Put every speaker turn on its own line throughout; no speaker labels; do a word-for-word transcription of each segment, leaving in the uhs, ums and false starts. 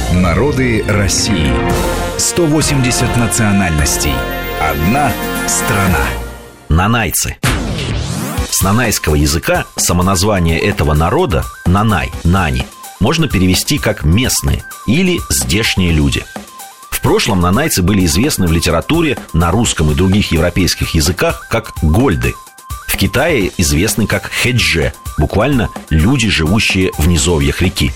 Народы России. сто восемьдесят национальностей. Одна страна.
Нанайцы. С нанайского языка самоназвание этого народа Нанай, Нани можно перевести как «местные» или «здешние люди». В прошлом нанайцы были известны в литературе на русском и других европейских языках как гольды. В Китае известны как хэджэ, буквально «люди, живущие в низовьях реки».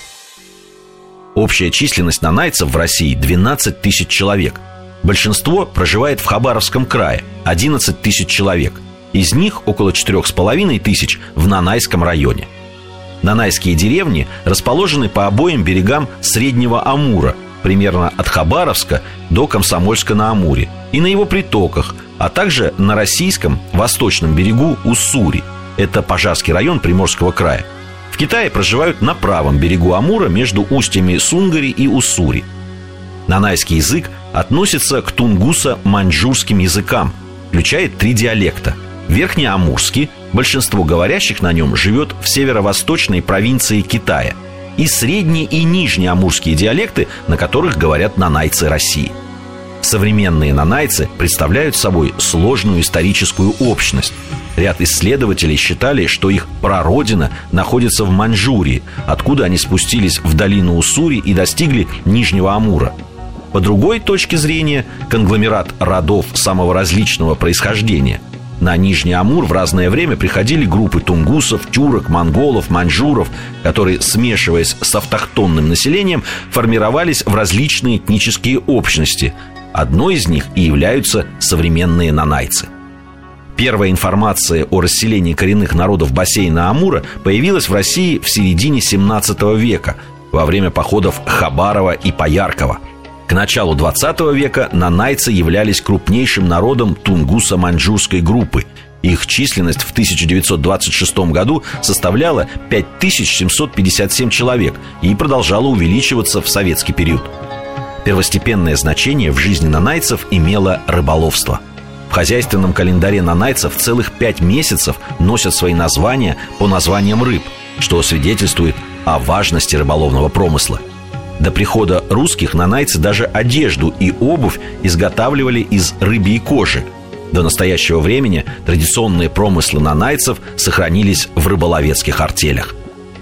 Общая численность нанайцев в России двенадцать тысяч человек. Большинство проживает в Хабаровском крае – одиннадцать тысяч человек. Из них около четырех с половиной тысяч в Нанайском районе. Нанайские деревни расположены по обоим берегам Среднего Амура, примерно от Хабаровска до Комсомольска-на-Амуре, и на его притоках, а также на российском восточном берегу Уссури. Это Пожарский район Приморского края. В Китае проживают на правом берегу Амура между устьями Сунгари и Уссури. Нанайский язык относится к тунгуссо-маньчжурским языкам, включает три диалекта. Верхнеамурский, большинство говорящих на нем живет в северо-восточной провинции Китая, и средний- и нижнеамурские диалекты, на которых говорят нанайцы России. Современные нанайцы представляют собой сложную историческую общность. Ряд исследователей считали, что их прародина находится в Маньчжурии, откуда они спустились в долину Уссури и достигли Нижнего Амура. По другой точке зрения, конгломерат родов самого различного происхождения. На Нижний Амур в разное время приходили группы тунгусов, тюрок, монголов, маньчжуров, которые, смешиваясь с автохтонным населением, формировались в различные этнические общности. Одной из них и являются современные нанайцы. Первая информация о расселении коренных народов бассейна Амура появилась в России в середине семнадцатого века, во время походов Хабарова и Пояркова. К началу двадцатого века нанайцы являлись крупнейшим народом тунгуссо-маньчжурской группы. Их численность в тысяча девятьсот двадцать шестом году составляла пять тысяч семьсот пятьдесят семь человек и продолжала увеличиваться в советский период. Первостепенное значение в жизни нанайцев имело рыболовство. В хозяйственном календаре нанайцев целых пять месяцев носят свои названия по названиям рыб, что свидетельствует о важности рыболовного промысла. До прихода русских нанайцы даже одежду и обувь изготавливали из рыбьей кожи. До настоящего времени традиционные промыслы нанайцев сохранились в рыболовецких артелях.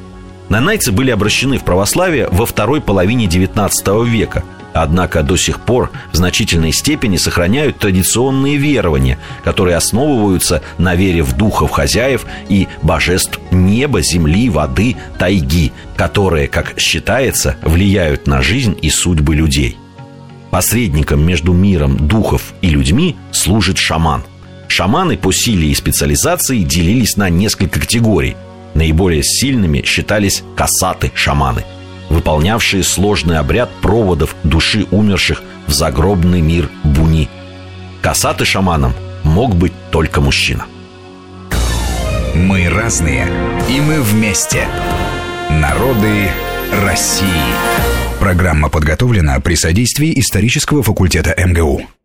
Нанайцы были обращены в православие во второй половине девятнадцатого века, однако до сих пор в значительной степени сохраняют традиционные верования, которые основываются на вере в духов хозяев и божеств неба, земли, воды, тайги, которые, как считается, влияют на жизнь и судьбы людей. Посредником между миром духов и людьми служит шаман. Шаманы по силе и специализации делились на несколько категорий. Наиболее сильными считались касаты-шаманы, выполнявшие сложный обряд проводов души умерших в загробный мир Буни. Касаты-шаманом мог быть только мужчина.
Мы разные, и мы вместе. Народы России. Программа подготовлена при содействии исторического факультета эм гэ у.